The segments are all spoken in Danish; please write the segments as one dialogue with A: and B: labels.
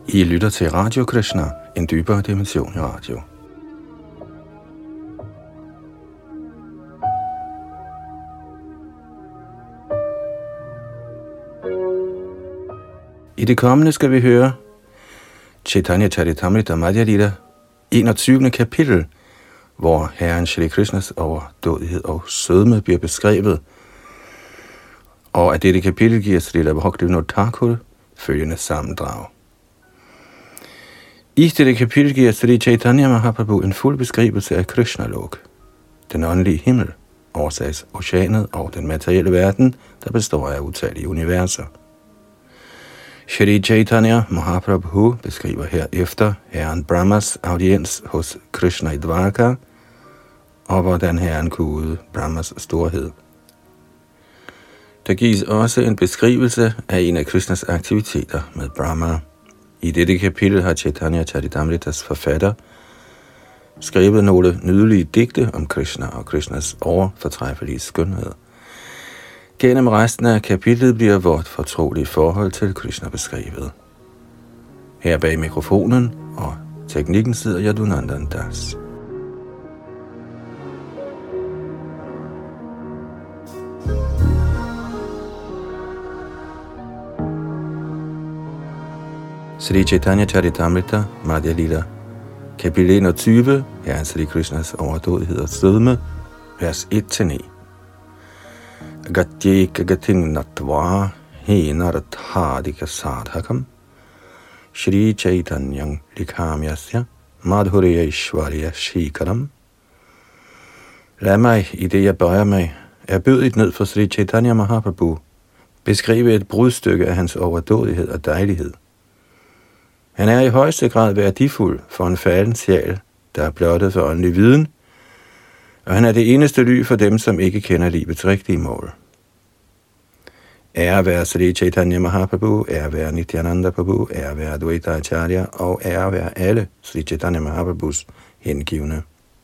A: I lytter til Radio Krishna, en dybere dimension i radio. I det kommende skal vi høre Chaitanya Charitamrita Madhya Lila, 21. kapitel, hvor Herren Shri Krishnas overdådighed og sødme bliver beskrevet, og at dette kapitel giver Srila Bhaktivinoda Thakur følgende sammendrag. I dette kapitel giver Sri Chaitanya Mahaprabhu en fuld beskrivelse af Krishna-lok, den åndelige himmel, årsagsoceanet og den materielle verden, der består af utallige universer. Shri Chaitanya Mahaprabhu beskriver herefter herren Brahmas audiens hos Krishna i Dvaraka, og hvordan herren kuede Brahmas storhed. Der gives også en beskrivelse af en af Krishnas aktiviteter med Brahma. I dette kapitel har Chaitanya Charitamritas forfatter skrevet nogle nydelige digte om Krishna og Krishnas overfortræffelige skønhed. Gennem resten af kapitlet bliver vort fortrolige forhold til Krishna beskrevet. Her bag mikrofonen og teknikken sidder Yadunandan Das. Sri Chaitanya Charitamrita Madhya Lila, kapitel 21, Herren Sri Krishnas overdådighed og sødme, vers 1-9. Gatyeka gating natva henarathadika sadhakam Shri Chaitanyang likamyasya madhurya ishvarya shikaram. Lad mig, i det jeg bøjer mig, erbødigt ned for Sri Chaitanya Mahaprabhu, beskrive et brudstykke af hans overdådighed og dejlighed. Han er i højeste grad værdifuld for en falden sjæl, der er blottet for åndelig viden, og han er det eneste ly for dem, som ikke kender livets rigtige mål. Ære være Sri Chaitanya Mahaprabhu, ære være Nityananda Prabhu, ære være Advaita Acharya og ære være alle Sri Chaitanya Mahaprabhus hengivne.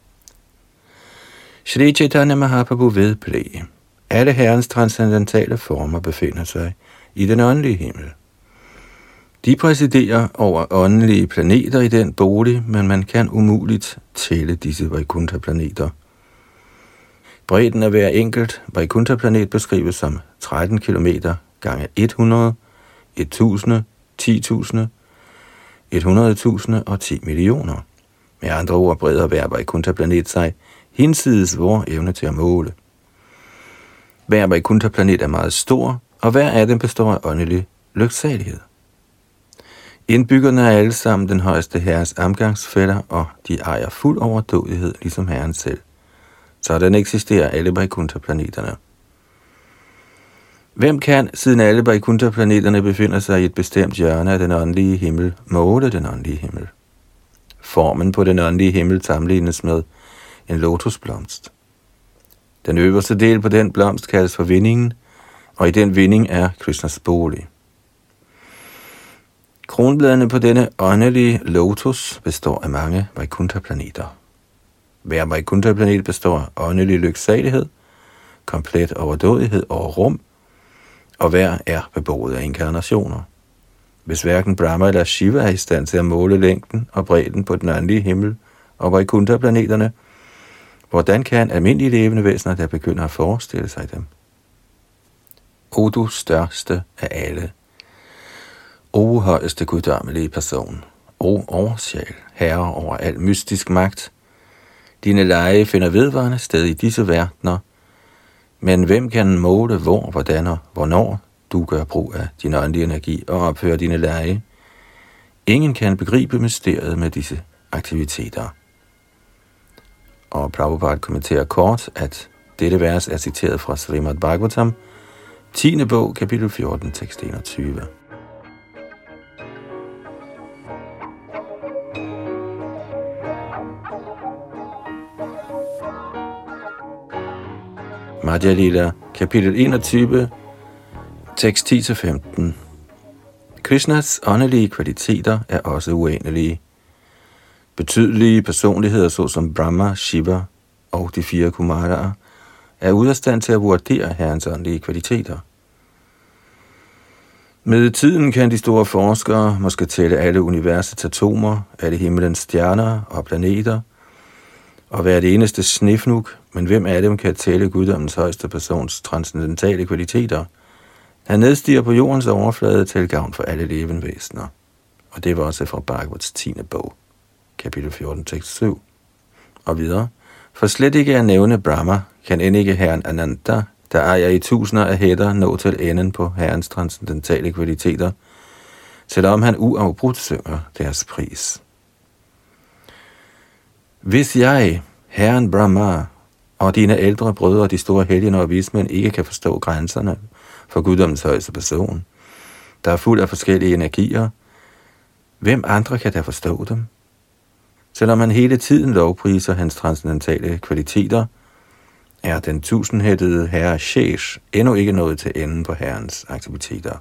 A: Sri Chaitanya Mahaprabhu vedblev. Alle herrens transcendentale former befinder sig i den åndelige himmel. De præsiderer over åndelige planeter i den bolig, men man kan umuligt tælle disse Vaikuntha-planeter. Bredden af hver enkelt Vaikuntha-planet beskrives som 13 km gange 100, 1000, 10.000, 100.000 og 10 millioner. Med andre ord breder hver Vaikuntha-planet sig hinsides vor evne til at måle. Hver Vaikuntha-planet er meget stor, og hver af dem består af åndelig lyksalighed. Indbyggerne er alle sammen den højeste herres omgangsfæller, og de ejer fuld overdådighed, ligesom herren selv. Sådan eksisterer alle Vaikuntha-planeterne. Hvem kan, siden alle Vaikuntha-planeterne befinder sig i et bestemt hjørne af den åndelige himmel, måle den åndelige himmel? Formen på den åndelige himmel sammenlignes med en lotusblomst. Den øverste del på den blomst kaldes for vindingen, og i den vinding er Krishnas bolig. Kronbladene på denne åndelige lotus består af mange Vaikuntha-planeter. Hver Vaikuntha-planet består af åndelig lyksalighed, komplet overdådighed og rum, og hver er beboet af inkarnationer. Hvis hverken Brahma eller Shiva er i stand til at måle længden og bredden på den åndelige himmel og Vaikuntha-planeterne, hvordan kan almindelige levende væsener, der begynder at forestille sig dem? O du største af alle, O højeste guddommelige person, O oversjæl, herre over al mystisk magt, dine lege finder vedvarende sted i disse verdener, men hvem kan måle hvor, hvordan og hvornår du gør brug af din åndelige energi og opfører dine lege? Ingen kan begribe mysteriet med disse aktiviteter. Og Prabhupada kommenterer kort, at dette vers er citeret fra Srimad Bhagavatam, 10. bog, kapitel 14, tekst 21. Madhya Lila, kapitel 21, tekst 10-15. Krishnas åndelige kvaliteter er også uendelige. Betydelige personligheder såsom Brahma, Shiva og de 4 Kumaraer er ude af stand til at vurdere herrens åndelige kvaliteter. Med tiden kan de store forskere måske tælle alle universets atomer, alle himmelens stjerner og planeter, og være det eneste snifnuk, men hvem af dem kan tælle guddommens højeste persons transcendentale kvaliteter? Han nedstiger på jordens overflade til gavn for alle levende væsener. Og det var også fra Bhagavats 10. bog, kapitel 14, tekst 7. Og videre. For slet ikke at nævne Brahma, kan end ikke herren Ananta, der ejer i tusinder af hætter, nå til enden på herrens transcendentale kvaliteter, selvom han uafbrudt synger deres pris. Hvis jeg, herren Brahma, og dine ældre brødre, de store helgener og vismænd, ikke kan forstå grænserne for guddommens højeste person, der er fuld af forskellige energier, hvem andre kan der forstå dem? Selvom han hele tiden lovpriser hans transcendentale kvaliteter, er den tusindhættede herre Shesh endnu ikke nået til enden på herrens aktiviteter.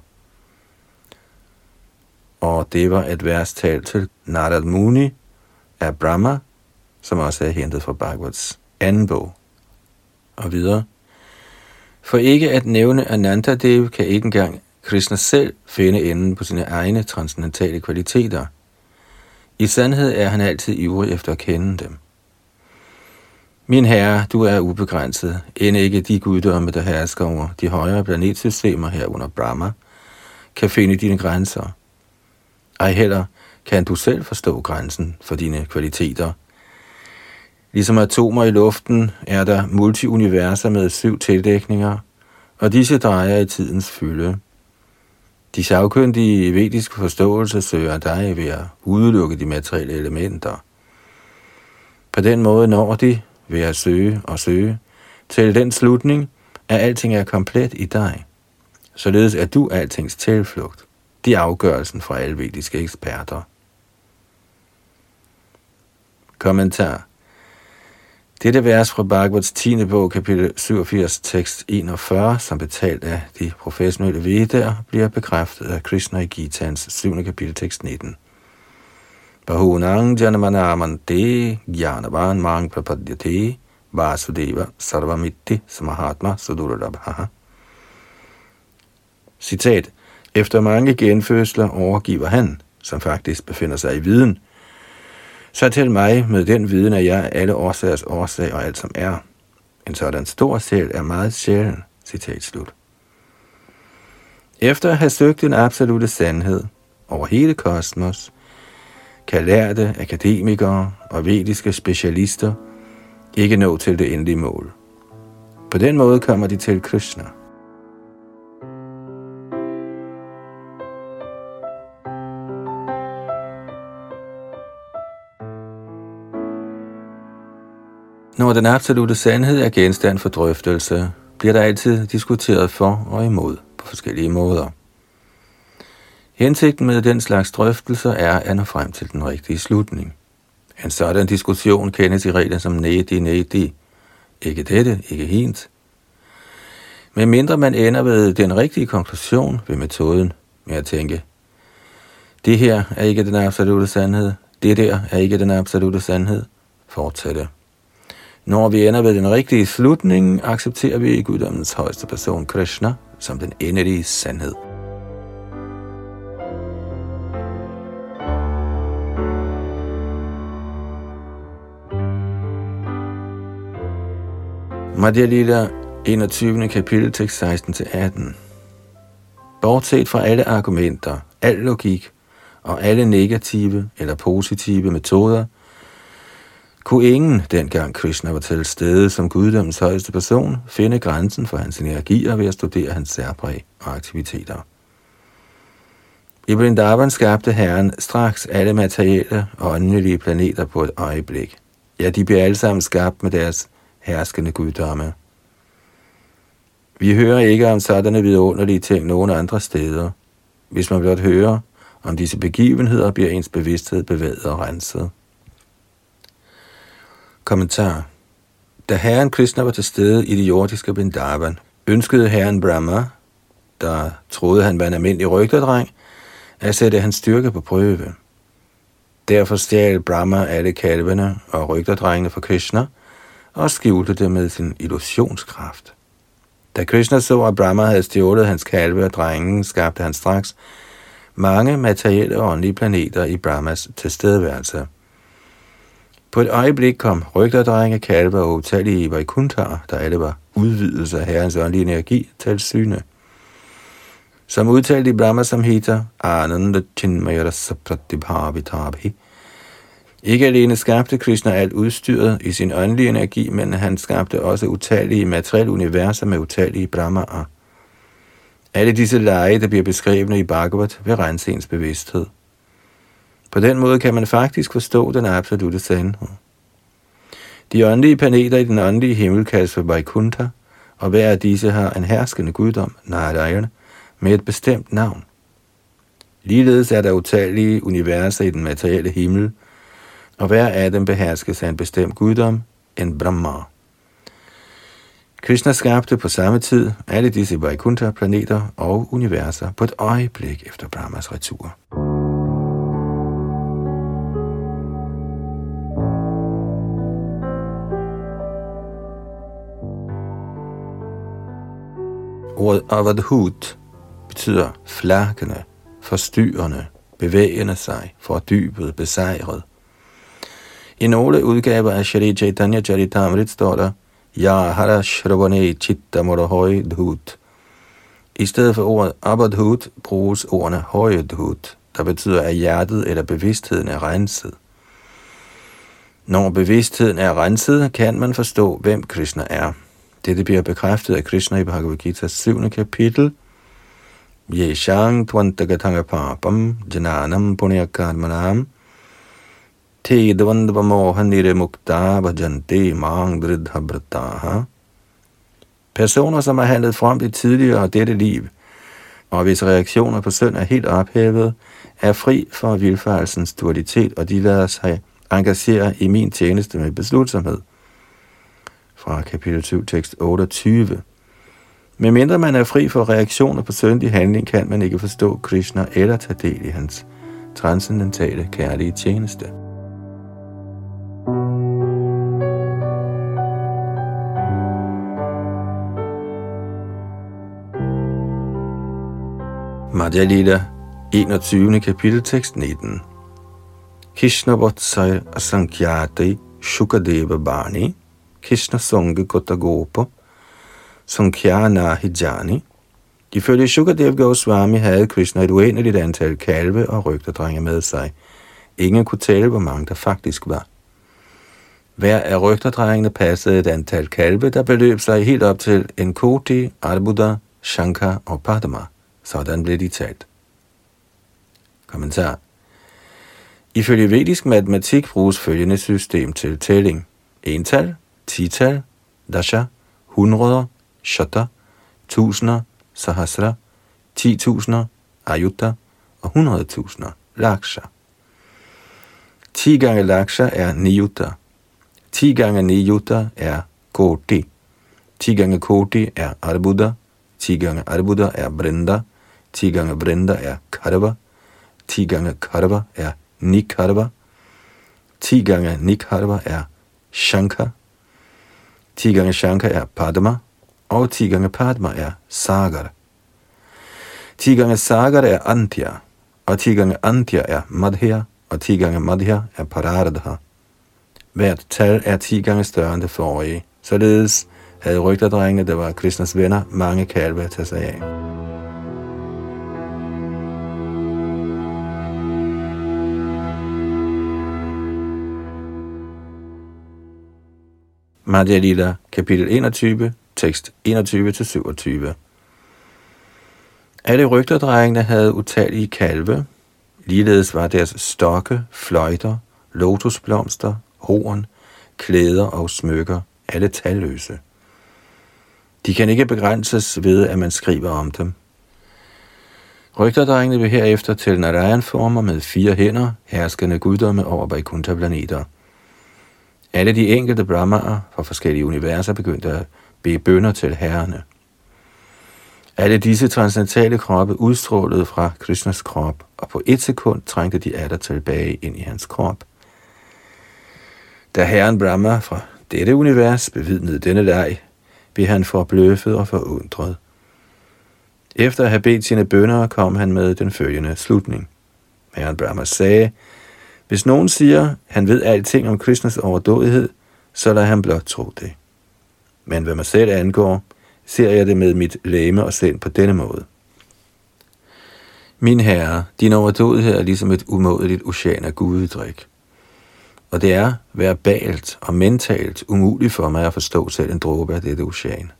A: Og det var et vers talt til Narad Muni af Brahma, som også er hentet fra Bhagavats 2. bog. Og videre. For ikke at nævne Anantadev kan ikke engang Krishna selv finde enden på sine egne transcendentale kvaliteter. I sandhed er han altid ivrig efter at kende dem. Min herre, du er ubegrænset, end ikke de guddomme, der hersker over de højere planetsystemer herunder Brahma, kan finde dine grænser. Ej heller kan du selv forstå grænsen for dine kvaliteter. Ligesom atomer i luften er der multiuniverser med 7 tildækninger, og disse drejer i tidens fylde. De sagkyndige vediske forståelse søger dig ved at udelukke de materielle elementer. På den måde når de, ved at søge og søge, til den slutning, at alting er komplet i dig. Således er du altings tilflugt. Det er afgørelsen fra alle vediske eksperter. Kommentar. Dette vers fra Bhagavats 10. bog, kapitel 87, tekst 41, som betalt af de professionelle vedaer, bliver bekræftet af Krishna i Gitaens 7. kapitel, tekst 19. Bahunang janamanamante jnanavan mang prapadyate vasudeva sarvamitti samahatma sudurlabha. Citat. Efter mange genfødsler overgiver han, som faktisk befinder sig i viden, så til mig med den viden, at jeg er alle årsagers årsag og alt som er. En sådan stor sjæl er meget sjælden. Citat slut. Efter at have søgt den absolute sandhed over hele kosmos, kan lærte akademikere og vediske specialister ikke nå til det endelige mål. På den måde kommer de til Krishna. Når den absolute sandhed er genstand for drøftelse, bliver der altid diskuteret for og imod på forskellige måder. Hensigten med den slags drøftelser er at nå frem til den rigtige slutning. En sådan diskussion kendes i reglen som nedi. Ikke dette, ikke hint. Men mindre man ender ved den rigtige konklusion ved metoden med at tænke, det her er ikke den absolute sandhed, det der er ikke den absolute sandhed, fortsætte. Når vi ender ved den rigtige slutning, accepterer vi guddommens højeste person Krishna som den endelige sandhed. Madhya Lila 21. kapitel, tekst 16-18. Bortset fra alle argumenter, al logik og alle negative eller positive metoder, kunne ingen, dengang Krishna var til stede som guddommens højeste person, finde grænsen for hans energier ved at studere hans særpræg og aktiviteter. I Vrindavan skabte Herren straks alle materielle og åndelige planeter på et øjeblik. Ja, de blev alle sammen skabt med deres herskende guddomme. Vi hører ikke om sådanne vidunderlige ting nogen andre steder. Hvis man blot hører om disse begivenheder, bliver ens bevidsthed bevæget og renset. Kommentar. Da herren Krishna var til stede i det jordiske Vrindavan, ønskede herren Brahma, der troede han var en almindelig rygterdreng, at sætte hans styrke på prøve. Derfor stjal Brahma alle kalvene og rygterdrengene fra Krishna og skjulte det med sin illusionskraft. Da Krishna så, at Brahma havde stjålet hans kalve og drengen, skabte han straks mange materielle og åndelige planeter i Brahmas tilstedeværelse. På et øjeblik kom rygterdrenge, kalve og utallige Vaikunthaer, der alle var udvidelse af herrens åndelige energi, til syne. Som udtalt i Brahma Samhita, Ananda Chinmaya Rasa Pratibhavitabhi. Ikke alene skabte Krishna alt udstyret i sin åndelige energi, men han skabte også utallige materielle universer med utallige Brahmaer. Alle disse lege, der bliver beskrevne i Bhagavad, vil rense ens bevidsthed. På den måde kan man faktisk forstå den absolutte sandhed. De åndelige planeter i den åndelige himmel kaldes for Vaikuntha, og hver af disse har en herskende guddom, Narayana, med et bestemt navn. Ligeledes er der utallige universer i den materielle himmel, og hver af dem beherskes af en bestemt guddom, en Brahma. Krishna skabte på samme tid alle disse Vaikuntha-planeter og universer på et øjeblik efter Brahmas retur. Ordet avadhut betyder flakkende, forstyrrende, bevægende sig, fordybet, besejret. I nogle udgaver af Shri Chaitanya Charitamrit står der, Ya hara shravane chitta morohoi dhut. I stedet for ordet abadhut bruges ordene hoidhut, der betyder, at hjertet eller bevidstheden er renset. Når bevidstheden er renset, kan man forstå, hvem Krishna er. Dette bliver bekræftet af Krishna i Bhagavad Gita's 7. kapitel. Yeshang tvantagatanga papam jananam punyakarmanam te dvandva mohanire mukta bhajante mang dridhabrataha. Personer, som har handlet frem i tidligere dette liv, og hvis reaktioner på synd er helt ophævet, er fri for vildfarelsens dualitet, og de lader sig engagere i min tjeneste med beslutsomhed. Fra kapitel 7, tekst 28. Medmindre man er fri for reaktioner på syndig handling, kan man ikke forstå Krishna eller tage del i hans transcendentale kærlige tjeneste. Madhya Lila, 21. kapitel, tekst 19. Krishna Vatsaya Asankyate Shukadeva Bani Krishna Songe Kotagopa Sankhya Hijani. Ifølge Shukadev Goswami havde Krishna et uendeligt antal kalve og rygterdrenge med sig. Ingen kunne tælle, hvor mange der faktisk var. Hver af rygterdrengene passede et antal kalve, der beløb sig helt op til en Koti, Arbuda, Shankar og Padma. Sådan blev de talt. Kommentar. Ifølge vedisk matematik bruges følgende system til tælling. Ental, tital, dasha, hundreder, shata, tusinder, sahasra, 10.000, ayutta og 100.000, laksha. 10 gange laksha er niyutta. 10 gange niyutta er koti. 10 gange koti er arbuda. 10 gange arbuda er brinda. 10 gange brinda er karva. 10 gange karva er nikarva. 10 gange nikarva er shankar. 10 gange shankar er padma. Og 10 gange padma er sagar. 10 gange sagar er antya. Og 10 gange antya er madhya. Og 10 gange madhya er parardha. Hvert tal er 10 gange større end det forrige. Således havde rygterdrengene, der var Krishnas venner, mange kalve at tage sig af. Madhya Lila, kapitel 21, tekst 21-27. Alle rygterdrengene havde utallige kalve. Ligeledes var deres stokke, fløjter, lotusblomster, horn, klæder og smykker alle talløse. De kan ikke begrænses ved, at man skriver om dem. Rygterdrengene vil herefter til Narayan-former med 4 hænder, herskende guddomme over Vaikuntha-planeter. Alle de enkelte brahmaer fra forskellige universer begyndte at bede bønner til herrerne. Alle disse transcendentale kroppe udstrålede fra Krishnas krop, og på 1 sekund trængte de atter tilbage ind i hans krop. Da herren Brahma fra dette univers bevidnede denne leg, blev han forbløffet og forundret. Efter at have bedt sine bønner, kom han med den følgende slutning. Herren Brahma sagde, hvis nogen siger, han ved alting om Krishnas overdådighed, så lader han blot tro det. Men hvad mig selv angår, ser jeg det med mit legeme og sind på denne måde. Min herre, din overdådighed er ligesom et umådeligt ocean af gudedrik. Og det er verbalt og mentalt umuligt for mig at forstå selv en dråbe af dette ocean.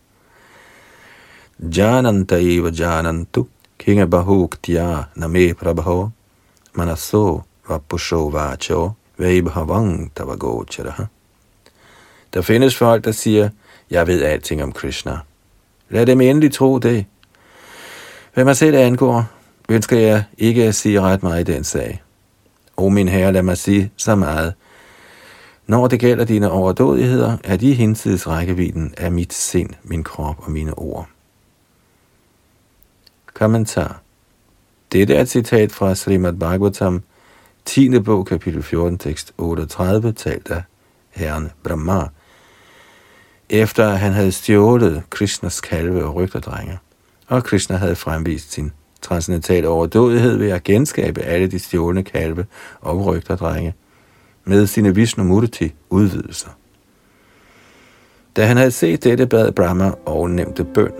A: Jananta eva janantu, kinga bahuktiya name prabhav, manaso vapusho vacho, vaibhavang tavagocharaha. Der findes folk, der siger, jeg ved alting om Krishna. Lad dem endelig tro det. Hvad mig selv angår, ønsker jeg ikke at sige ret meget i den sag. O min herre, lad mig sige så meget. Når det gælder dine overdådigheder, er de hinsides rækkevidden af mit sind, min krop og mine ord. Kommentar. Dette er et citat fra Srimad Bhagavatam, 10. bog, kapitel 14, tekst 38, talt af herren Brahma, efter at han havde stjålet Krishnas kalve og rygterdrenge, og Krishna havde fremvist sin transcendentale overdådighed ved at genskabe alle de stjålne kalve og rygterdrenge med sine Vishnu-murti udvidelser. Da han havde set dette, bad Brahma ovennævnte bøn.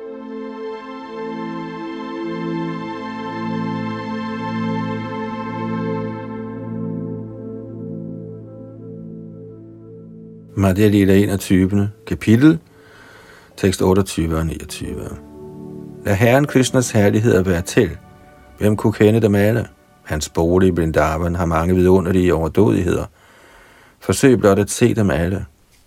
A: Madhya Lila 21. kapitel, tekst 28 og 29. Lad Herren Krishnas herligheder være til. Hvem kunne kende dem alle? Hans bolig i Vrindavan har mange vidunderlige overdådigheder. Forsøg blot at se dem alle.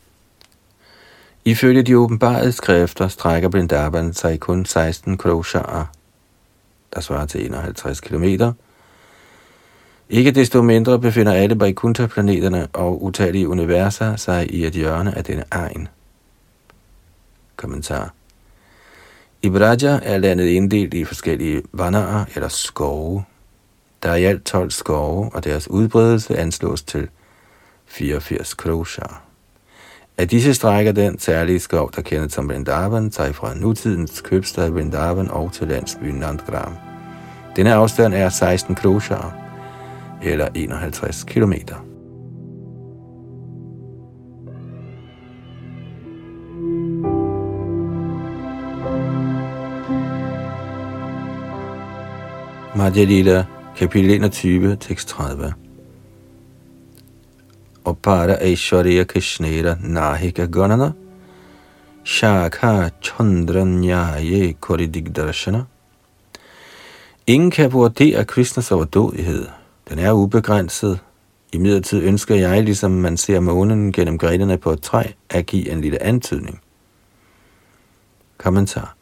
A: Ifølge de åbenbarede skrifter strækker Vrindavan sig kun 16 kroshar, der svarer til 51 kilometer. Ikke desto mindre befinder alle Vaikuntha-planeterne og utallige universer sig i et hjørne af denne egen. Kommentar. I Vraja er landet inddelt i forskellige vandarer eller skove. Der er i alt 12 skove, og deres udbredelse anslås til 84 kroshar. Af disse strækker den særlige skov, der kendes som Vrindavan, sig fra nutidens købstad Vrindavan og til landsbyen Nandgram. Denne afstand er 16 kroshar, eller 51 kilometer. Madhya Lila, kapitel 21, tekst 30. Opara Aishwarya Krishnera Nahika Ganana Shakha Chandranyaye Koridigdarshana. Ingen kan vurdere Krishnas overdådighed. Den er ubegrænset. Imidlertid ønsker jeg, ligesom man ser månen gennem grenene på et træ, at give en lille antydning. Kommentar.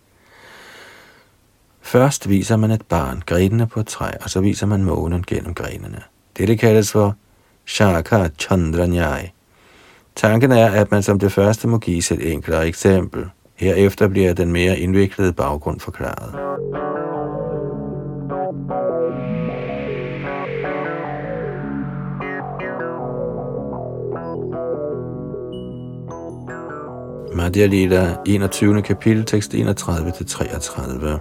A: Først viser man et barn grenene på et træ, og så viser man månen gennem grenene. Dette kaldes for Shakha Chandranyaya. Tanken er, at man som det første må give et enklere eksempel. Herefter bliver den mere indviklede baggrund forklaret. Madhya Lila, 21. kapitel, tekst 31-33.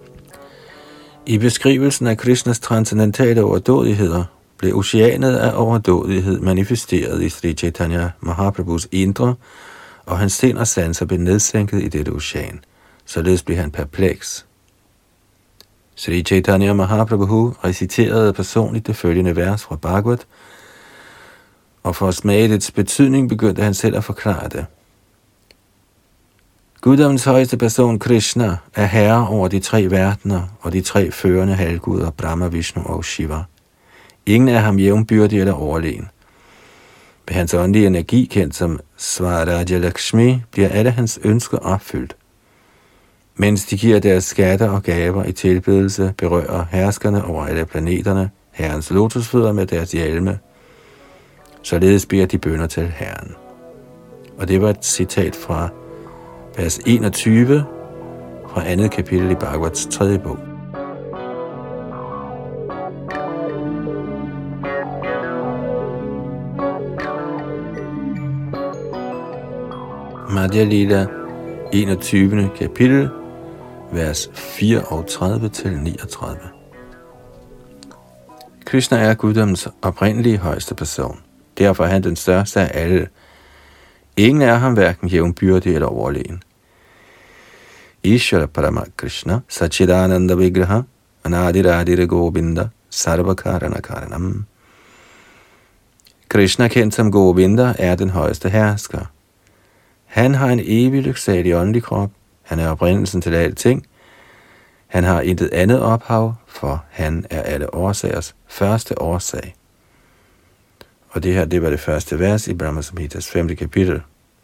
A: I beskrivelsen af Krishnas transcendentale overdådigheder blev oceanet af overdådighed manifesteret i Sri Chaitanya Mahaprabhus indre, og hans sind og sanser blev nedsænket i dette ocean. Således blev han perpleks. Sri Chaitanya Mahaprabhu reciterede personligt det følgende vers fra Bhagavad, og for at smage dets betydning begyndte han selv at forklare det. Guddommens højeste person Krishna er herre over de 3 verdener og de 3 førende halvguder Brahma, Vishnu og Shiva. Ingen af ham jævnbyrdig eller overlegen. Ved hans åndelige energi, kendt som Svaraja Lakshmi, bliver alle hans ønsker opfyldt. Mens de giver deres skatter og gaver i tilbedelse, berører herskerne over alle planeterne herrens lotusfødder med deres hjelme. Således beder de bønner til herren. Og det var et citat fra vers 21 fra 2. kapitel i Bhagavats 3. bog. Madhya Lila, 21. kapitel, vers 34-39. Krishna er guddommens oprindelige højeste person. Derfor er han den største af alle. Ingen er ham hverken jævnbyrdig eller overlegen. Ishvara Parama Krishna, Satchidananda Vigraha, Anadiradira Govinda, Sarvakarana Karanam. Krishna, kendt som Govinda, er den højeste hersker. Han har en evig lyksalig åndelig krop. Han er oprindelsen til alting. Han har intet andet ophav, for han er alle årsagers første årsag. Og det her, det var det første vers i Brahma Samhitas 5. kapitel.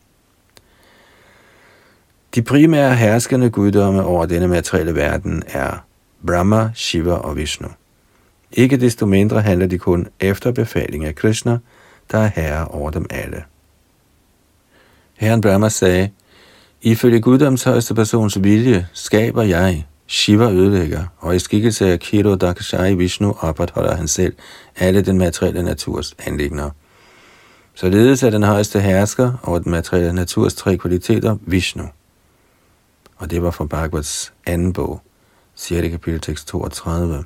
A: De primære herskende guddomme over denne materielle verden er Brahma, Shiva og Vishnu. Ikke desto mindre handler de kun efter befaling af Krishna, der er herre over dem alle. Herren Brahma sagde, ifølge guddoms højeste persons vilje skaber jeg, Shiva ødelægger, og i skikkelse af Kshirodakshai Vishnu opretholder han selv alle den materielle naturs anliggender. Således er den højeste hersker over den materielle naturs tre kvaliteter Vishnu. Og det var fra Bhagavats anden bog, 6. kapitel, tekst 32.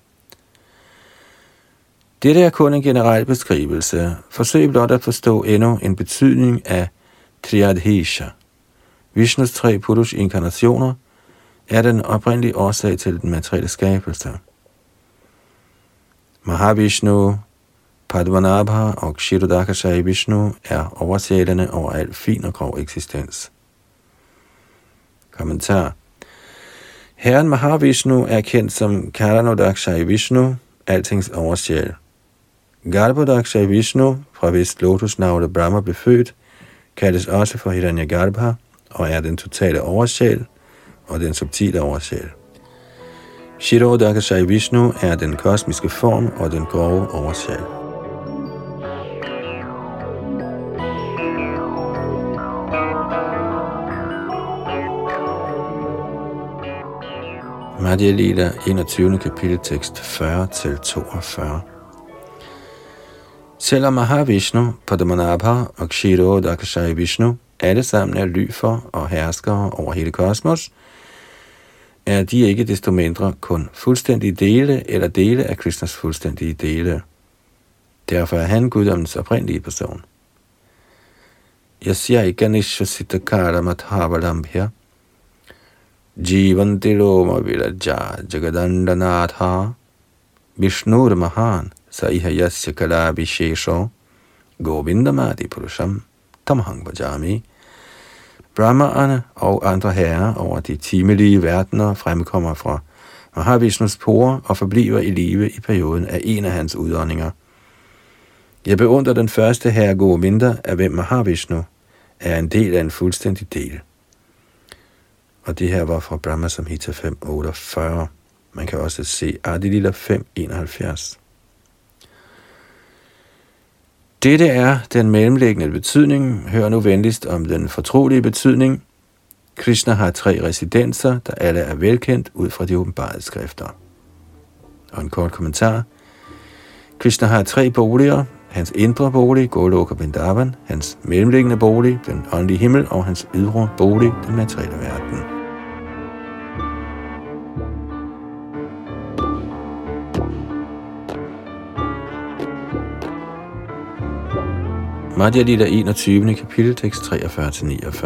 A: Dette er kun en generel beskrivelse. Forsøg blot at forstå endnu en betydning af Triadhesha. Vishnus tre Purush-inkarnationer er den oprindelige årsag til den materielle skabelse. Mahavishnu, Padmanabha og Kshirodakshai Vishnu er oversjælene over al fin og grov eksistens. Kommentar. Herren Mahavishnu er kendt som Karanodakshai Vishnu, altings oversjæl. Garbhodakshai Vishnu, fra hvis lotusnavle Brahma blev født, kaldes også for Hiranyagarbha og er den totale oversjæl og den subtile oversjæl. Kshirodakshai Vishnu er den kosmiske form og den grove oversjæl. Madhya Lila, 21. kapitel, tekst 40-42. Selvom Mahavishnu, Padmanabha og Kshirodakshai Vishnu alle sammen er ly for og herskere over hele kosmos, er de ikke desto mindre kun fuldstændige dele eller dele af Krishnas fuldstændige dele. Derfor er han guddommens oprindelige person. Yasya Ganeshvasita Karamathavalambhya Jivanti Loma Vilaja Jagadandanatha Vishnur Mahan Saihayasya Kalabhishesho Govindamadi Purusham Tamhang Bhajami. Brahmaerne og andre herrer over de timelige verdener fremkommer fra Mahavishnus porer og forbliver i live i perioden af en af hans udåndinger. Jeg beundrer den første herre Govinda, af hvem Mahavishnu er en del af en fuldstændig del. Og det her var fra Brahma Samhita 5.48. Man kan også se Adilila 5.71. Dette er den mellemliggende betydning. Hør nu venligst om den fortrolige betydning. Krishna har 3 residenser, der alle er velkendt ud fra de åbenbarede skrifter. Og en kort kommentar. Krishna har 3 boliger. Hans indre bolig, Goloka Vrindavan, hans mellemliggende bolig, den åndelige himmel, og hans ydre bolig, den materielle verden. Madhya Lila 21. kapitel, tekst 43-49.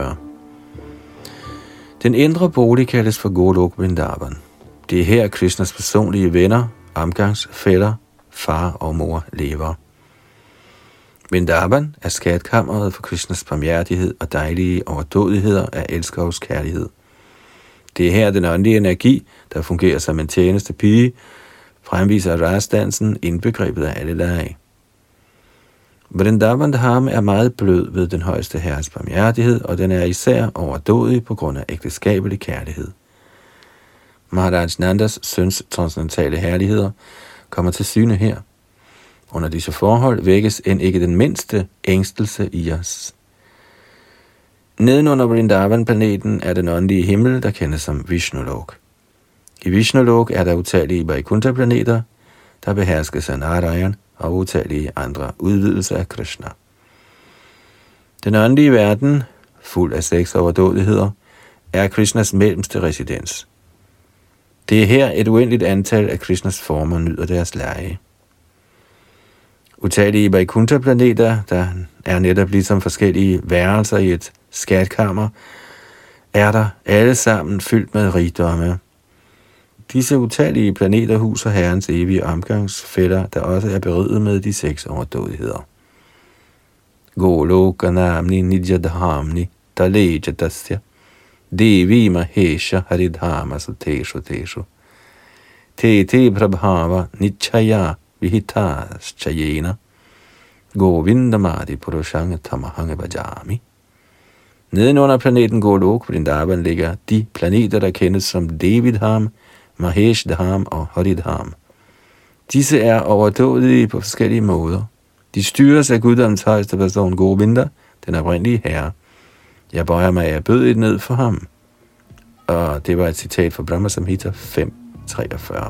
A: Den indre bolig kaldes for Goloka Vrindavan. Det er her Krishnas personlige venner, omgangsfæller, far og mor lever. Vrindavan er skatkammeret for Krishnas barmhjertighed og dejlige overdådigheder af elskovs kærlighed. Det er her den åndelige energi, der fungerer som en tjeneste pige, fremviser rasdansen indbegrebet af alle lege. Vrindavan Dham er meget blød ved den højeste herres barmhjertighed, og den er især overdådig på grund af ægteskabelig kærlighed. Maharaj Nandas søns transcendentale herligheder kommer til syne her. Under disse forhold vækkes end ikke den mindste ængstelse i os. Nedenunder Vrindavan-planeten er den åndelige himmel, der kendes som Vishnulok. I Vishnulok er der utallige Vaikuntha-planeter, der beherskes af Narayan og utallige andre udvidelser af Krishna. Den åndelige verden, fuld af 6 overdådigheder, er Krishnas mellemste residens. Det er her et uendeligt antal af Krishnas former nyder deres leje. Utallige Vaikuntha-planeter, der er netop ligesom forskellige værelser i et skatkammer, er der alle sammen fyldt med rigdomme. Disse utallige planeter huser Herrens evige omgangsfælder, der også er beriget med de 6 overdådigheder. Goloka namni nijadhamni talejatasya devi mahesha haridhama sateshu teshu te prabhava nichaya vihitas chayena govindamadi purushang tamahang bhajami. Nedenunder planeten Golok, Vrindavan, ligger de planeter, der kendes som Devidham, Maheshdham og Haridham. Disse er overdådige på forskellige måder. De styres af guddommens højeste person Govinda, den oprindelige herre. Jeg bøjer mig af bødet ned for ham. Og det var et citat fra Brahma Samhita 5.43.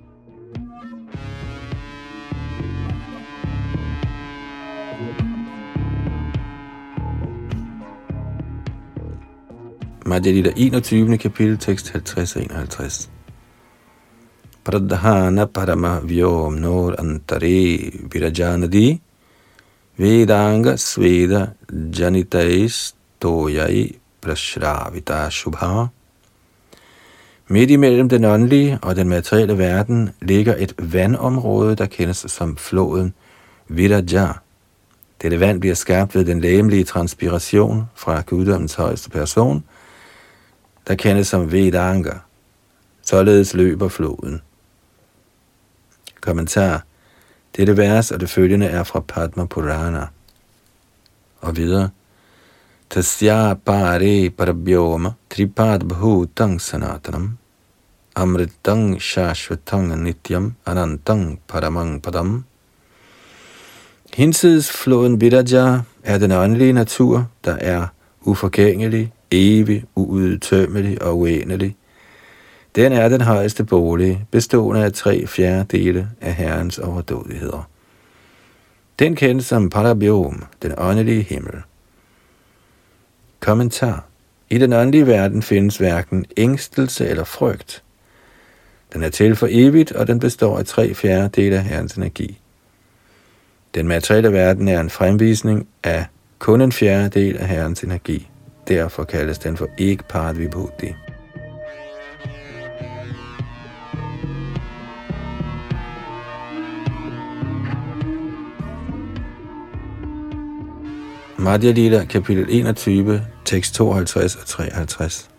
A: Madhya Lila 21. kapitel, tekst 50 og 51. Pradhana parama vyom nor antare virajanadi vedanga sveda janitais toyai prashravita shubha. Midt imellem den åndelige og den materielle verden ligger et vandområde, der kendes som floden Viraja. Dette vand bliver skabt ved den legemlige transpiration fra guddommens højeste person, der kendes som Vedanga. Således løber floden. Kommentar. Dette vers og det følgende er fra Padma Purana. Og videre. Tasya pare parabhyoma tripad bhutang sanatanam amritang shashvatang nityam anantang paramang padam. Hinsides floden Viraja er den åndelige natur, der er uforgængelig, evig, uudtømmelig og uendelig. Den er den højeste bolig, bestående af 3/4 af Herrens overdådigheder. Den kendes som Parabhyom, den åndelige himmel. Kommentar. I den åndelige verden findes hverken ængstelse eller frygt. Den er til for evigt, og den består af 3/4 af Herrens energi. Den materielle verden er en fremvisning af kun 1/4 af Herrens energi. Derfor kaldes den for Ekpad Vibhuti. Madhya Lila, kapitel 21, tekst 52 og 53.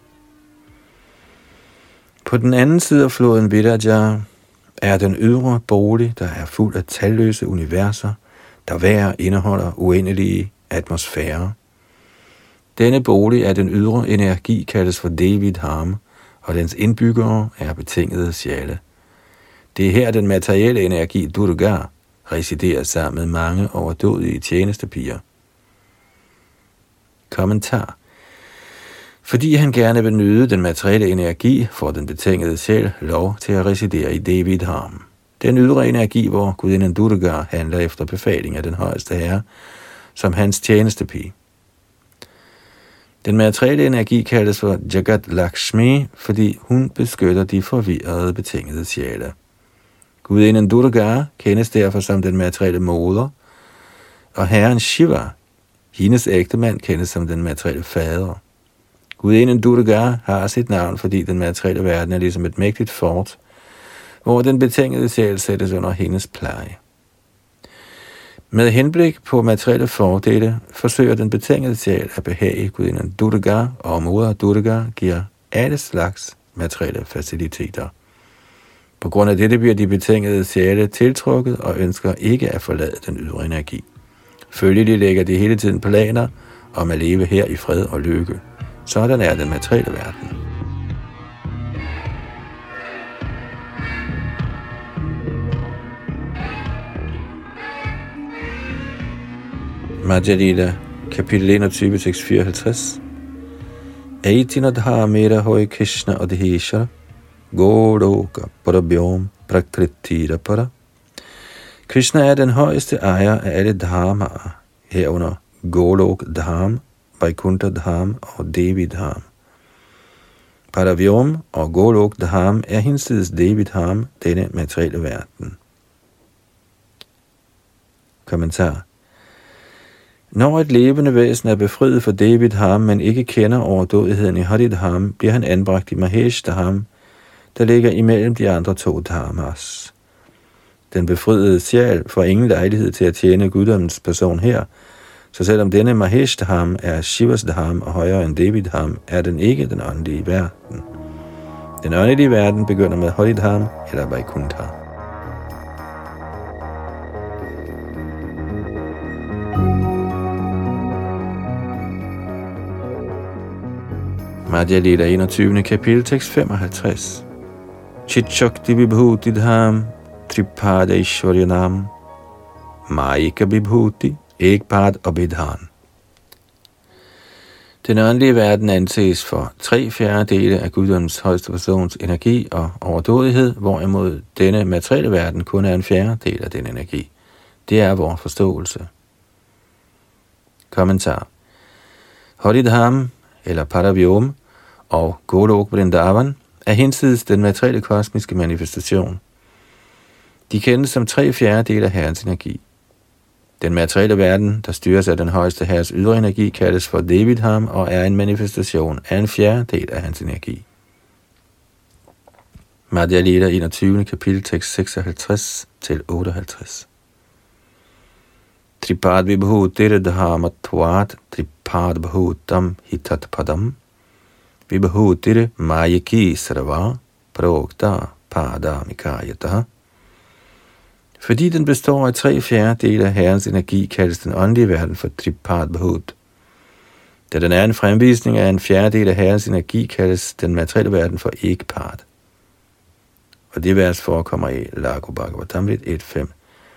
A: På den anden side af floden Viraja er den ydre bolig, der er fuld af talløse universer, der hver indeholder uendelige atmosfærer. Denne bolig af den ydre energi kaldes for Devidham, og dens indbyggere er betingede sjæle. Det er her den materielle energi Durga residerer sammen med mange overdådige tjenestepiger. Kommentar. Fordi han gerne vil nyde den materielle energi, får den betingede sjæl lov til at residere i Devidham. Den ydre energi, hvor gudinden Durga handler efter befaling af den højeste herre, som hans tjenestepige. Den materielle energi kaldes for Jagat Lakshmi, fordi hun beskytter de forvirrede betingede sjæle. Gudinden Durga kendes derfor som den materielle moder, og herren Shiva, hendes ægtemand, kendes som den materielle fader. Gudinden Durga har sit navn, fordi den materielle verden er ligesom et mægtigt fort, hvor den betingede sjæl sættes under hendes pleje. Med henblik på materielle fordele forsøger den betingede sjæl at behage gudinden Durga, og moder Durga giver alle slags materielle faciliteter. På grund af dette bliver de betingede sjæle tiltrukket og ønsker ikke at forlade den ydre energi. Følgelig lægger de hele tiden planer om at leve her i fred og lykke. Sådan er den materielle verden. Madhya Lila, kapitel 21, tekst 54. Aitinadha mera hoy Krishna adheshara Goloka parabhyom prakritira para. Krishna er den højeste ejer af alle dharmaer, herunder Golok Dham, Vaikuntha Dham og Devi Dham. Paravyom og Golok Dham er hinsides Devi Dham, denne materielle verden. Kommentar. Når et levende væsen er befriet fra Devi Dham, men ikke kender overdådigheden i Hari Dham, bliver han anbragt i Mahesh Dham, der ligger imellem de andre to dharmas. Den befriede sjæl får ingen lejlighed til at tjene guddommens person her, så selvom denne Mahesh Dham er Shivas Dham og højere end Devi Dham, er den ikke den åndelige verden. Den åndelige verden begynder med Hari Dham eller Vaikuntha. Madhya Lila 21. kapitel, tekst 55. Chitshakti Vibhuti Dham Tripada Ishwaryanam Maika Vibhuti Ekpad Abhidhan. Den åndelige verden anses for 3/4 af guddommens højeste persons energi og overdådighed, hvorimod denne materielle verden kun er 1/4 af den energi. Det er vores forståelse. Kommentar. Hari Dham eller Paravyom og Golok Vrindavan er hinsides den materielle kosmiske manifestation. De kendes som 3/4 af Herrens energi. Den materielle verden, der styres af den højeste herres ydre energi, kaldes for Devi Dham og er en manifestation af 1/4 af hans energi. Madhya Lila 21. kapitel, tekst 56-58. Tripad vibhutir dhamatvat tripad bhutam hitat padam vibhutir mayaki sarva prokta padamikayata. Fordi den består af 3/4 af herrens energi, kaldes den åndelige verden for Tripad Bhut. Da den er en fremvisning af 1/4 af herrens energi, kaldes den materielle verden for Ekpad. Og det vers forekommer i Lago Bhagavatamrit 1.5,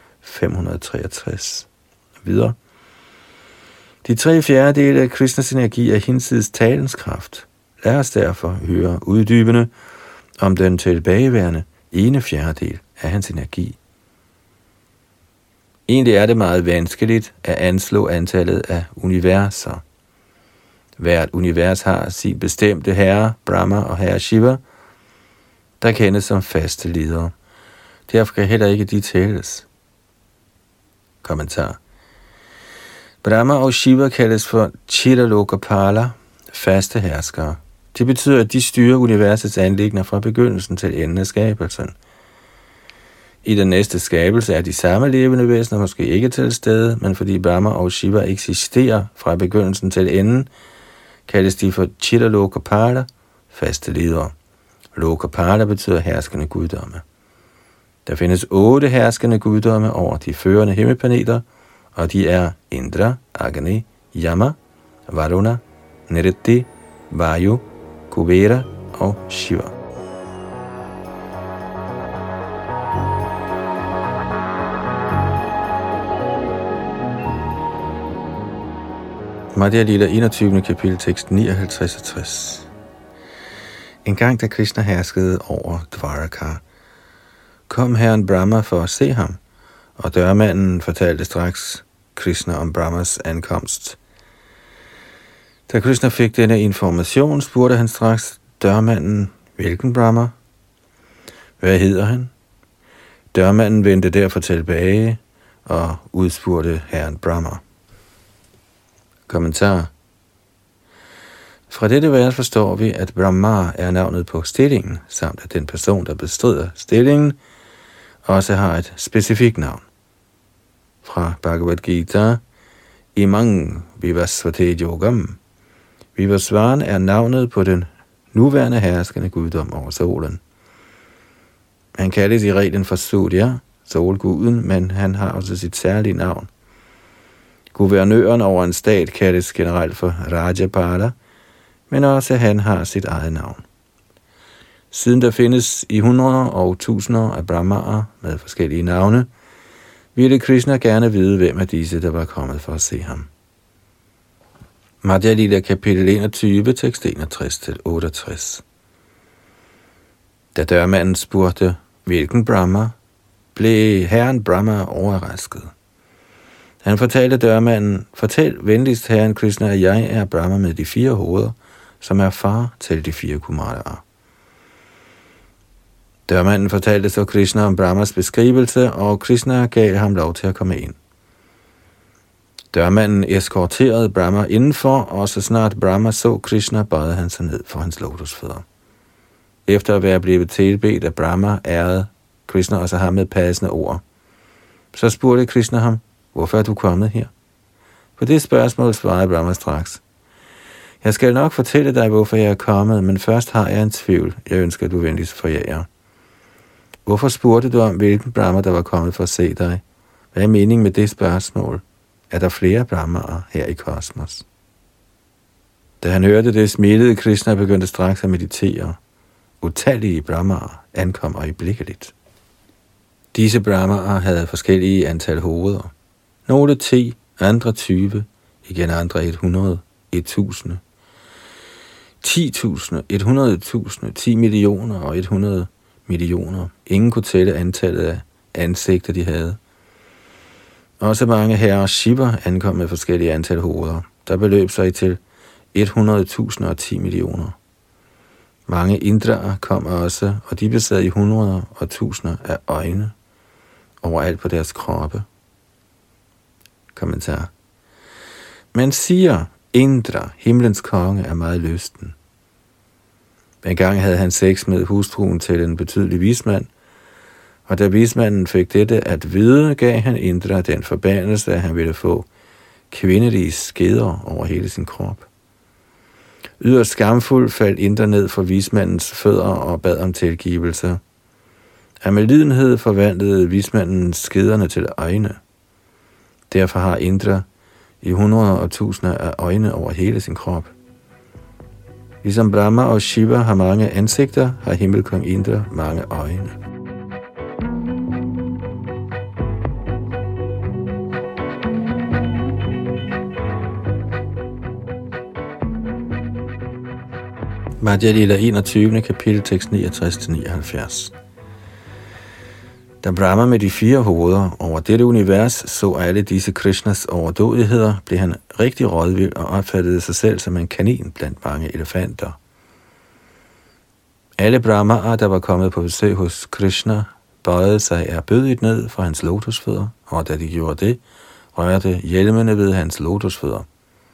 A: 563. Videre. De 3/4 af Krishnas energi er hinsides talens kraft. Lad os derfor høre uddybende om den tilbageværende 1/4 af hans energi. Egentlig er det meget vanskeligt at anslå antallet af universer. Hvert univers har sin bestemte herre, Brahma og herre Shiva, der kendes som faste ledere. Derfor kan heller ikke de tælles. Kommentar. Brahma og Shiva kaldes for Chiralokapala, faste herskere. Det betyder, at de styrer universets anliggender fra begyndelsen til enden af skabelsen. I den næste skabelse er de samme levende væsener måske ikke til stede, men fordi Brahma og Shiva eksisterer fra begyndelsen til enden, kaldes de for Chiralokapala, faste ledere. Lokapala betyder herskende guddomme. Der findes 8 herskende guddomme over de førende himmelplaneter, og de er Indra, Agni, Yama, Varuna, Nritti, Vayu, Kuvera og Shiva. Madhya Lila 21. kapitel, tekst 59-60. En gang da Krishna herskede over Dvaraka, kom herren Brahma for at se ham, og dørmanden fortalte straks Krishna om Brahmas ankomst. Da Krishna fik denne information, spurgte han straks dørmanden, hvilken Brahma? Hvad hedder han? Dørmanden vendte derfor tilbage og udspurgte herren Brahma. Kommentar. Fra dette vers forstår vi, at Brahma er navnet på stillingen, samt at den person, der bestrider stillingen, også har et specifikt navn. Fra Bhagavad Gita, Imang Vivasvate Yogam. Vivasvan er navnet på den nuværende herskende guddom over solen. Han kaldes i reglen for Surya, solguden, men han har også sit særlige navn. Guvernøren over en stat kaldes generelt for Rajapala, men også han har sit eget navn. Siden der findes i hundreder og tusinder af brahmaer med forskellige navne, ville Krishna gerne vide, hvem af disse, der var kommet for at se ham. Madhya Lila kapitel 21, tekst 61-68. Da dørmanden spurgte, hvilken Brahma, blev herren Brahma overrasket. Han fortalte dørmanden, fortæl venligst herren Krishna, at jeg er Brahma med de 4 hoveder, som er far til de 4 Kumaraer. Dørmanden fortalte så Krishna om Brahmas beskrivelse, og Krishna gav ham lov til at komme ind. Dørmanden eskorterede Brahma indenfor, og så snart Brahma så Krishna, bøjede han sig ned for hans lotusfødder. Efter at være blevet tilbedt af Brahma, ærede Krishna også ham med passende ord. Så spurgte Krishna ham, hvorfor er du kommet her? På det spørgsmål svarede Brahma straks. Jeg skal nok fortælle dig, hvorfor jeg er kommet, men først har jeg en tvivl, jeg ønsker, du venligst forjager. Hvorfor spurgte du om, hvilken Brahma, der var kommet for at se dig? Hvad er meningen med det spørgsmål? Er der flere Brahmaer her i kosmos? Da han hørte det, smilede Krishna og begyndte straks at meditere. Utallige Brahmaer ankom øjeblikkeligt. Disse Brahmaer havde forskellige antal hoveder. Nogle 10, andre 20, igen andre 100, 1000, 10.000, 100.000, 10 millioner og 100 millioner. Ingen kunne tælle antallet af ansigter, de havde. Også mange herrer Shiva ankom med forskellige antal hoveder, der beløb sig til 100.000 og 10 millioner. Mange Indraer kom også, og de besad i hundreder og tusinder af øjne overalt på deres kroppe. Kommentar. Man siger, Indra, himlens konge, er meget lysten. En gang havde han sex med hustruen til en betydelig vismand, og da vismanden fik dette at vide, gav han Indra den forbandelse, at han ville få kvindelige skeder over hele sin krop. Yderst skamfuld faldt Indra ned for vismandens fødder og bad om tilgivelse. Af medlidenhed forvandlede vismanden skederne til øjne. Derfor har Indra i hundreder og tusinder af øjne over hele sin krop. Ligesom Brahma og Shiva har mange ansigter, har himmelkong Indra mange øjne. Madhya Lila 21. kapitel, tekst 69-79. Da Brahma med de 4 hoveder over dette univers så alle disse Krishnas overdådigheder, blev han rigtig rådvild og opfattede sig selv som en kanin blandt mange elefanter. Alle Brahmaer, der var kommet på besøg hos Krishna, bøjede sig erbødigt ned for hans lotusfødder, og da de gjorde det, rørte hjelmene ved hans lotusfødder.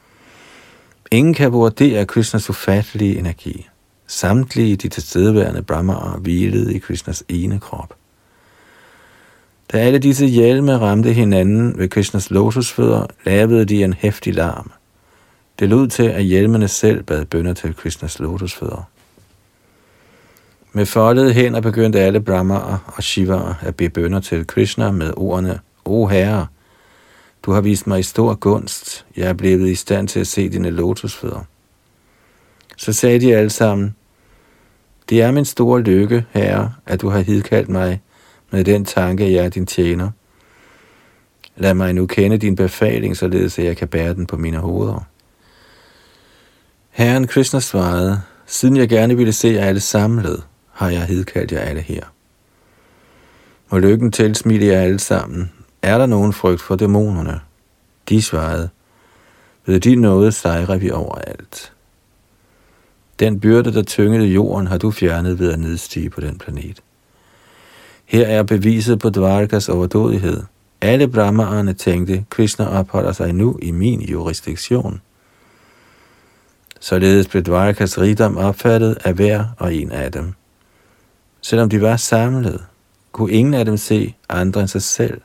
A: Ingen kan vurdere Krishnas ufattelige energi. Samtlige de tilstedeværende Brahmaer hvilede i Krishnas ene krop. Da alle disse hjelme ramte hinanden ved Krishnas lotusfødder, lavede de en heftig larm. Det lød til, at hjelmene selv bad bønner til Krishnas lotusfødder. Med foldede hænder begyndte alle Brahmaer og Shivaer at bede bønner til Krishna med ordene: O Herre, du har vist mig i stor gunst. Jeg er blevet i stand til at se dine lotusfødder. Så sagde de alle sammen: Det er min store lykke, Herre, at du har hidkaldt mig med den tanke, jeg er din tjener. Lad mig nu kende din befaling, således at jeg kan bære den på mine hoveder. Herren Krishna svarede: Siden jeg gerne ville se jer alle samlet, har jeg hidkaldt jer alle her. Må lykken tilsmile jer alle sammen. Er der nogen frygt for dæmonerne? De svarede: Ved din nåde sejrer vi overalt. Den byrde, der tyngede jorden, har du fjernet ved at nedstige på den planet. Her er beviset på Dvarkas overdådighed. Alle Brahmaerne tænkte, Krishna opholder sig nu i min jurisdiktion. Således blev Dvarkas rigdom opfattet af hver og en af dem. Selvom de var samlet, kunne ingen af dem se andre end sig selv.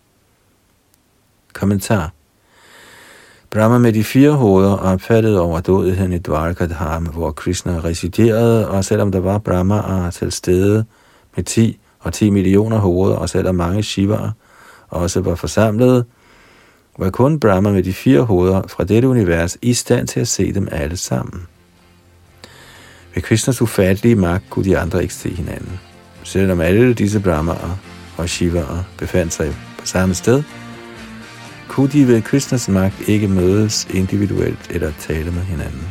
A: Kommentar. Brahma med de 4 hoveder opfattede overdådigheden i Dvarkadham, hvor Krishna residerede, og selvom der var Brahmaer til stede med 10 og 10 millioner hoveder, og selvom mange Shivaer også var forsamlede, var kun Brahma med de 4 hoveder fra dette univers i stand til at se dem alle sammen. Ved Krishnas ufattelige magt kunne de andre ikke se hinanden. Selvom alle disse Brahmaer og Shivaer befandt sig på samme sted, kunne de ved Krishnas magt ikke mødes individuelt eller tale med hinanden.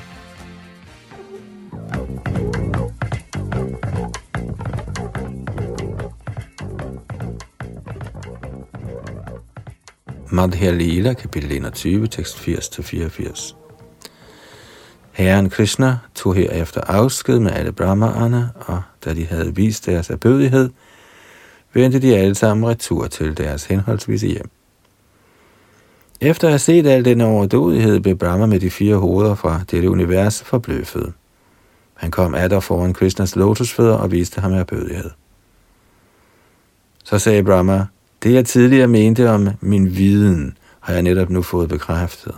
A: Madhya Lila, kapitel 21, tekst 80-84. Herren Krishna tog herefter afsked med alle brahmaerne, og da de havde vist deres erbødighed, vendte de alle sammen retur til deres henholdsvise hjem. Efter at have set al den overdådighed, blev Brahma med de 4 hoveder fra dette univers forbløffet. Han kom atter foran Krishnas lotusfødder og viste ham erbødighed. Så sagde Brahma, det jeg tidligere mente om min viden, har jeg netop nu fået bekræftet.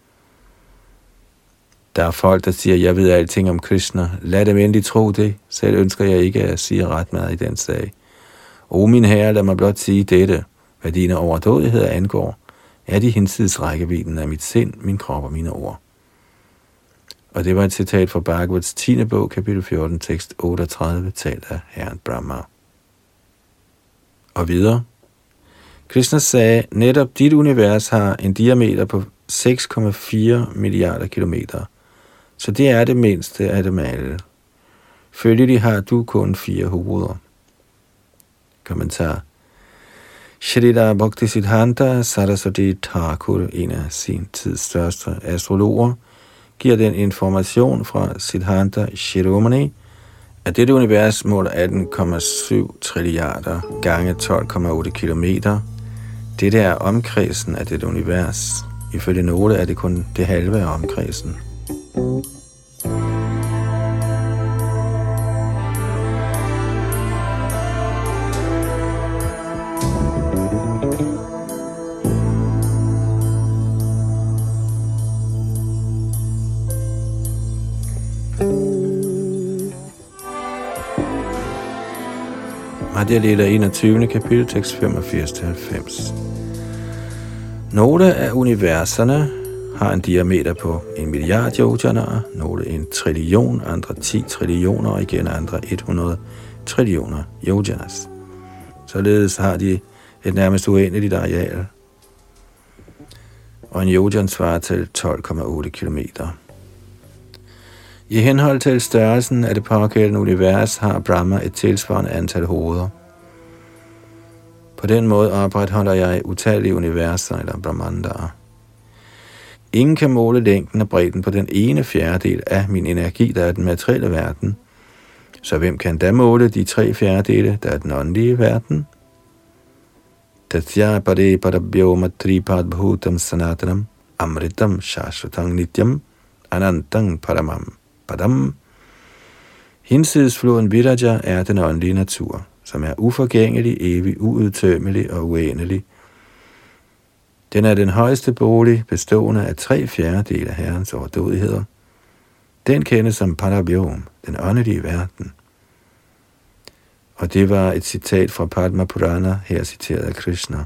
A: Der er folk, der siger, jeg ved alting om Krishna. Lad dem endelig tro det. Selv ønsker jeg ikke at sige ret meget i den sag. O min herre, lad mig blot sige dette. Hvad dine overdådigheder angår, er de hinsides rækkevidden af mit sind, min krop og mine ord. Og det var et citat fra Bhagavats 10. bog, kapitel 14, tekst 38, talt af herren Brahma. Og videre. Krishna sagde, netop dit univers har en diameter på 6,4 milliarder kilometer, så det er det mindste af dem alle. Følgelig har du kun 4 hoveder. Kommentar. Shrila Bhaktisiddhanta Saraswati Thakur, en af sin tids største astrologer, giver den information fra Siddhanta Shiromani, at dette univers måler 18,7 trilliarder gange 12,8 kilometer. Dette er omkredsen af dette univers. Ifølge nogle er det kun det halve af omkredsen. Madhya Lila 21. kapitel, tekst 85-90. Nogle af universerne har en diameter på 1 milliard yojaner, nogle 1 trillion, andre 10 trillioner og igen andre 100 trillioner yojanas. Således har de et nærmest uendeligt areal, og en yojan svarer til 12,8 kilometer. I henhold til størrelsen af det pågældende univers har Brahma et tilsvarende antal hoveder. På den måde opretholder jeg utallige universer eller brahmandaer. Ingen kan måle længden og bredden på den ene fjerdedel af min energi, der er den materielle verden. Så hvem kan da måle de 3 fjerdedele, der er den åndelige verden? Tatya pare parabhyo matripad bhutam sanatanam amritam shashvatang nityam anantang paramam padam. Hinsides floden Viraja er den åndelige natur, som er uforgængelig, evig, uudtømmelig og uendelig. Den er den højeste bolig, bestående af 3 fjerdedele af herrens overdådigheder. Den kendes som Parabhyom, den åndelige verden. Og det var et citat fra Padma Purana, her citeret af Krishna.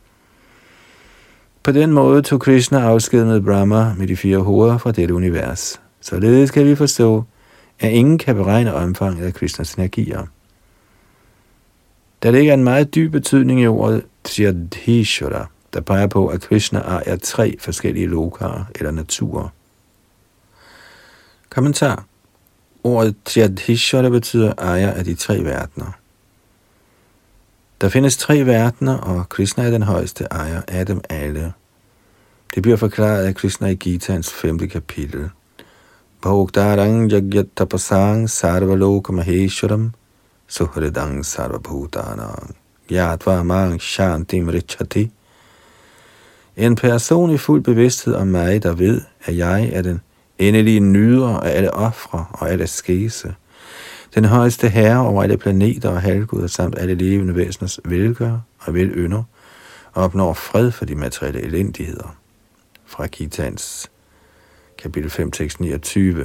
A: På den måde tog Krishna afsked med Brahma med de 4 hoveder fra dette univers. Således kan vi forstå, at ingen kan beregne omfanget af Krishnas energier. Der ligger en meget dyb betydning i ordet Triyadhishvara, der peger på, at Krishna ejer 3 forskellige lokaer eller naturer. Kommentar. Ordet Triyadhishvara betyder ejer af de 3 verdener. Der findes 3 verdener, og Krishna er den højeste ejer af dem alle. Det bliver forklaret af Krishna i Gitaens 5. kapitel. Bhogdarang yagyatapasang sarvaloka maheshwaram suhridang sarvabhutanang yatva mang shantim richati. En person i fuld bevidsthed om mig, der ved, at jeg er den endelige nyder af alle ofre og alle skese, den højeste herre over alle planeter og halvguder samt alle levende væseners velgør og velynder, og opnår fred for de materielle elendigheder. Fra Gitaens kapitel 5, tekst 29.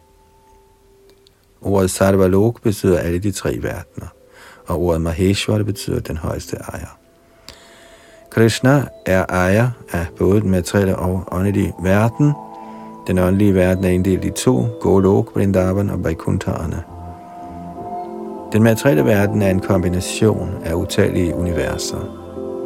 A: Ordet Sarvalok betyder alle de 3 verdener, og ordet Maheshwara betyder den højeste ejer. Krishna er ejer af både den materielle og åndelige verden. Den åndelige verden er inddelt i 2, Golok, Vrindavan og Vaikunthaerne. Den materielle verden er en kombination af utallige universer.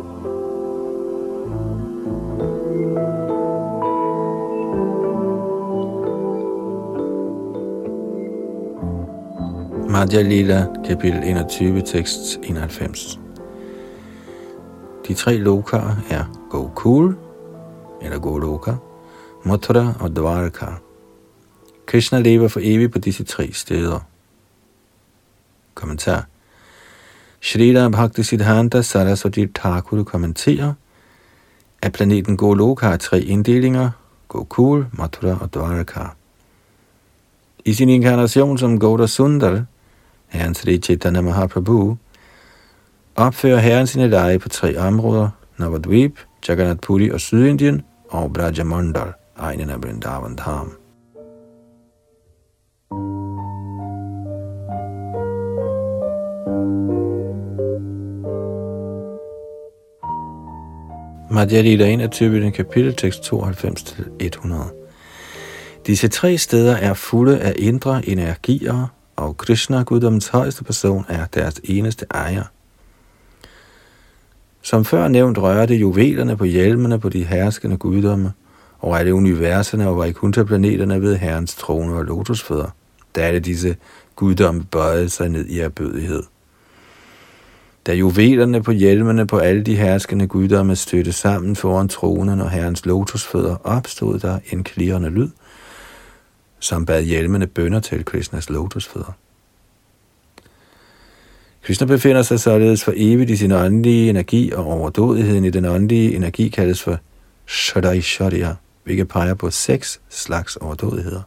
A: Madhya Lila, kapitel 21, tekst 91. De 3 lokaer er Gokul, eller Goloka, Mathura og Dvarka. Krishna lever for evigt på disse 3 steder. Kommentar. Shrila Bhaktisiddhanta Saraswati Thakur kommenterer, at planeten Goloka har 3 inddelinger, Gokul, Mathura og Dwarka. I sin inkarnation som Gaura Sundar, Herren Sri Chaitanya Mahaprabhu, opfører Herren sine lege på 3 områder, Navadvip, Jagannath Puri og Sydindien, og Brajamandal, egnen af Vrindavan Dham. Madhya Lila 21, kapiteltekst 92-100. Disse 3 steder er fulde af indre energier, og Krishna, guddommens højeste person, er deres eneste ejer. Som før nævnt rører det juvelerne på hjelmene på de herskende guddomme, og alle universerne og Vaikuntha-planeterne ved Herrens trone og lotusfødder. Der er det disse guddomme bøjede sig ned i erbødighed. Da juvelerne på hjelmene på alle de herskende guddomme stødte sammen foran tronen og Herrens lotusfødder, opstod der en klirrende lyd, som bad hjelmene bønner til Krishnas lotusfødder. Krishna befinder sig således for evigt i sin åndelige energi, og overdådigheden i den åndelige energi kaldes for Shadaishwarya, hvilket peger på 6 slags overdådigheder.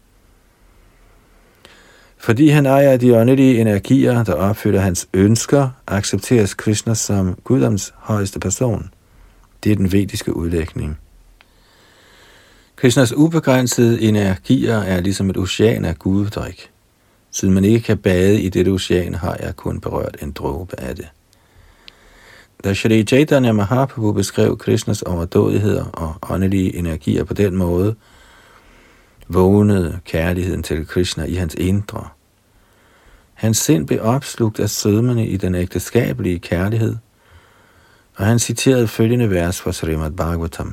A: Fordi han ejer de åndelige energier, der opfylder hans ønsker, accepteres Krishna som guddoms højeste person. Det er den vediske udlægning. Krishnas ubegrænsede energier er ligesom et ocean af guddrik. Siden man ikke kan bade i dette ocean, har jeg kun berørt en dråbe af det. Da Shri Chaitanya Mahaprabhu beskrev Krishnas overdådigheder og åndelige energier på den måde, vågnede kærligheden til Krishna i hans indre. Hans sind blev opslugt af sødmene i den ægteskabelige kærlighed, og han citerede følgende vers fra Srimad Bhagavatam.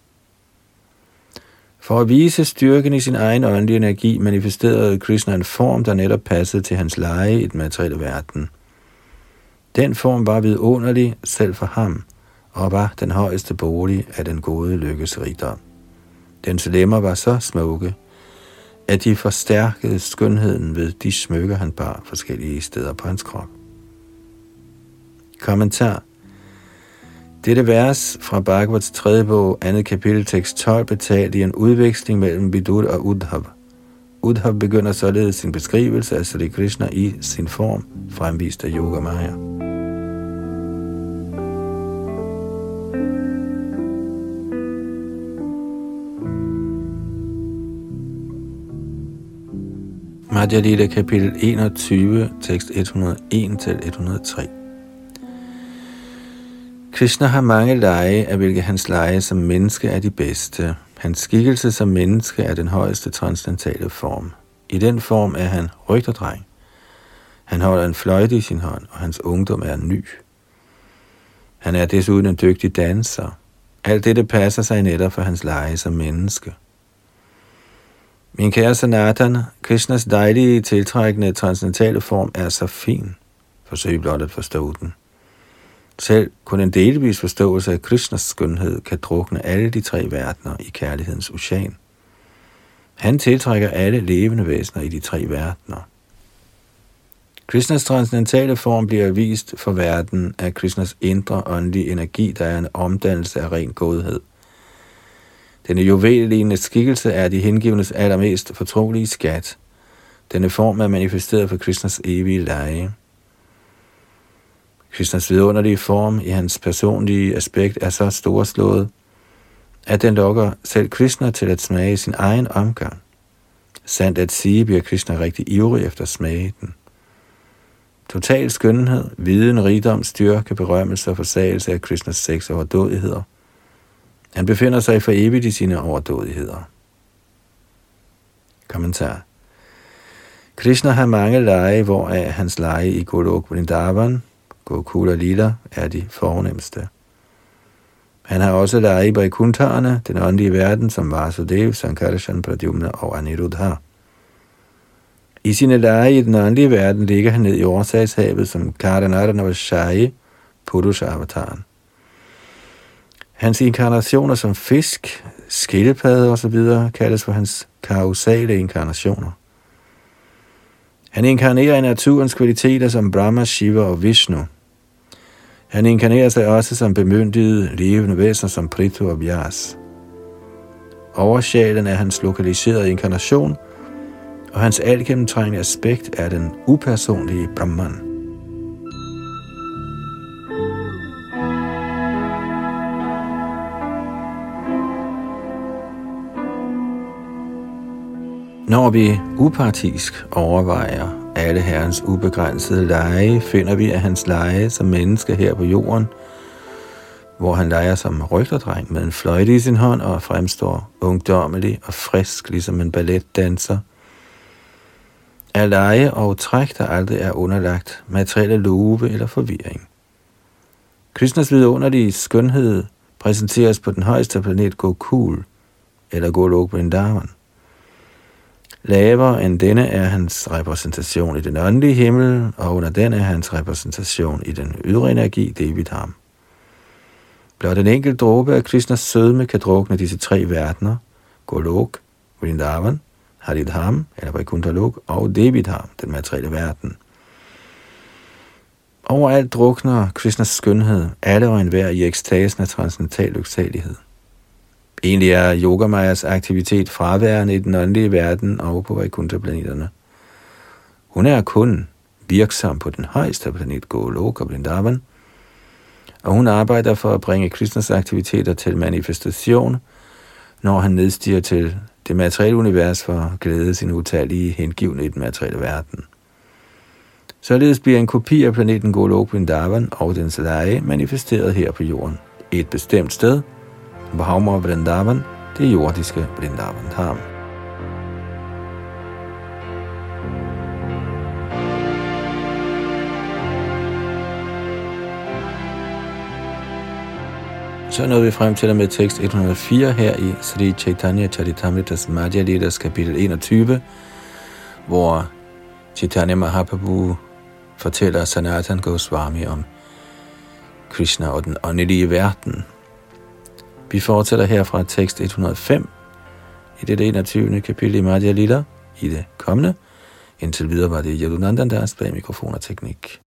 A: For at vise styrken i sin egen åndelige energi, manifesterede Krishna en form, der netop passede til hans leje i den materielle verden. Den form var vidunderlig selv for ham, og var den højeste bolig af den gode lykkes rigdom. Dens lemmer var så smukke, at de forstærkede skønheden ved de smykker, han bar forskellige steder på hans krop. Kommentar. Dette vers fra Bhagavats 3. bog, 2. kapitel, tekst 12, betalte i en udveksling mellem Vidur og Uddhav. Uddhav begynder således sin beskrivelse af Sri Krishna i sin form, fremvist af Yogamaya. Madhya Lila kapitel 21, tekst 101-103. Krishna har mange lege, af hvilke hans lege som menneske er de bedste. Hans skikkelse som menneske er den højeste transcendentale form. I den form er han rygterdreng. Han holder en fløjte i sin hånd, og hans ungdom er ny. Han er desuden en dygtig danser. Alt dette passer sig netop for hans lege som menneske. Min kære Sanatan, Krishnas dejlige, tiltrækkende, transcendentale form er så fin. Forsøg blot at forstå den. Selv kun en delvis forståelse af Krishnas skønhed kan drukne alle de 3 verdener i kærlighedens ocean. Han tiltrækker alle levende væsener i de 3 verdener. Krishnas transcendentale form bliver vist for verden af Krishnas indre åndelige energi, der er en omdannelse af ren godhed. Denne juvellignende skikkelse er de hengivnes allermest fortrolige skat. Denne form er manifesteret for Krishnas evige leje. Krishnas vidunderlige form i hans personlige aspekt er så storslået, at den lokker selv Krishna til at smage sin egen omgang. Sandt at sige bliver Krishna rigtig ivrig efter at smage den. Total skønhed, viden, rigdom, styrke, berømmelse og forsagelse af Krishnas 6 overdådigheder. Han befinder sig for evigt i sine overdådigheder. Kommentar. Krishna har mange lege, hvoraf hans lege i Golok Vrindavan, Gokul og Lila, er de fornemmeste. Han har også lege i Vaikunthaerne, den åndelige verden, som Vasudev, Sankarshan, Pradyumna og Aniruddha. I sine lege i den åndelige verden ligger han ned i årsagshavet som Karanarnavashayi, Purusha-avataren. Hans inkarnationer som fisk, skildpadde osv. kaldes for hans kausale inkarnationer. Han inkarnerer i naturens kvaliteter som Brahma, Shiva og Vishnu. Han inkarnerer sig også som bemyndigede levende væsener som Prithu og Vyas. Oversjælen er hans lokaliserede inkarnation, og hans altgennemtrængende aspekt er den upersonlige Brahman. Når vi upartisk overvejer alle Herrens ubegrænsede lege, finder vi, at hans lege som menneske her på jorden, hvor han leger som rygterdreng med en fløjte i sin hånd og fremstår ungdommelig og frisk, ligesom en balletdanser, er lege og træk, der aldrig er underlagt materielle love eller forvirring. Krishnas vidunderlige skønhed præsenteres på den højeste planet Gokul, eller Golok Vrindavan. Lavere end denne er hans repræsentation i den åndelige himmel, og under den er hans repræsentation i den ydre energi, Devi Dham. Blot en enkelt dråbe af Krishnas sødme kan drukne disse tre verdener, Golok, Vrindavan, Haridham, eller Vaikuntha Lok, og Devi Dham, den materielle verden. Overalt drukner Krishnas skønhed, alle og enhver i ekstasen af transcendental lyksalighed. Egentlig er Yogamayas aktivitet fraværende i den åndelige verden og på Vaikuntha-planeterne. Hun er kun virksom på den højeste planet Golok og Vrindavan, og hun arbejder for at bringe Krishnas aktiviteter til manifestation, når han nedstiger til det materielle univers for at glæde sine utallige hengivne i den materielle verden. Således bliver en kopi af planeten Golok Vrindavan og dens lege manifesteret her på jorden. Et bestemt sted, Bhauma Vrindavan, det jordiske Vrindavan Dham. Så nåede vi frem til med tekst 104 her i Sri Chaitanya Charitamritas Madhya Lilas kapitel 21, hvor Chaitanya Mahaprabhu fortæller Sanatan Goswami om Krishna og den åndelige verden. Vi fortsætter her fra tekst 105 i det 21. kapitel i Madhya Lila i det kommende. Indtil videre var det Yadunandan, der bag mikrofon og teknik.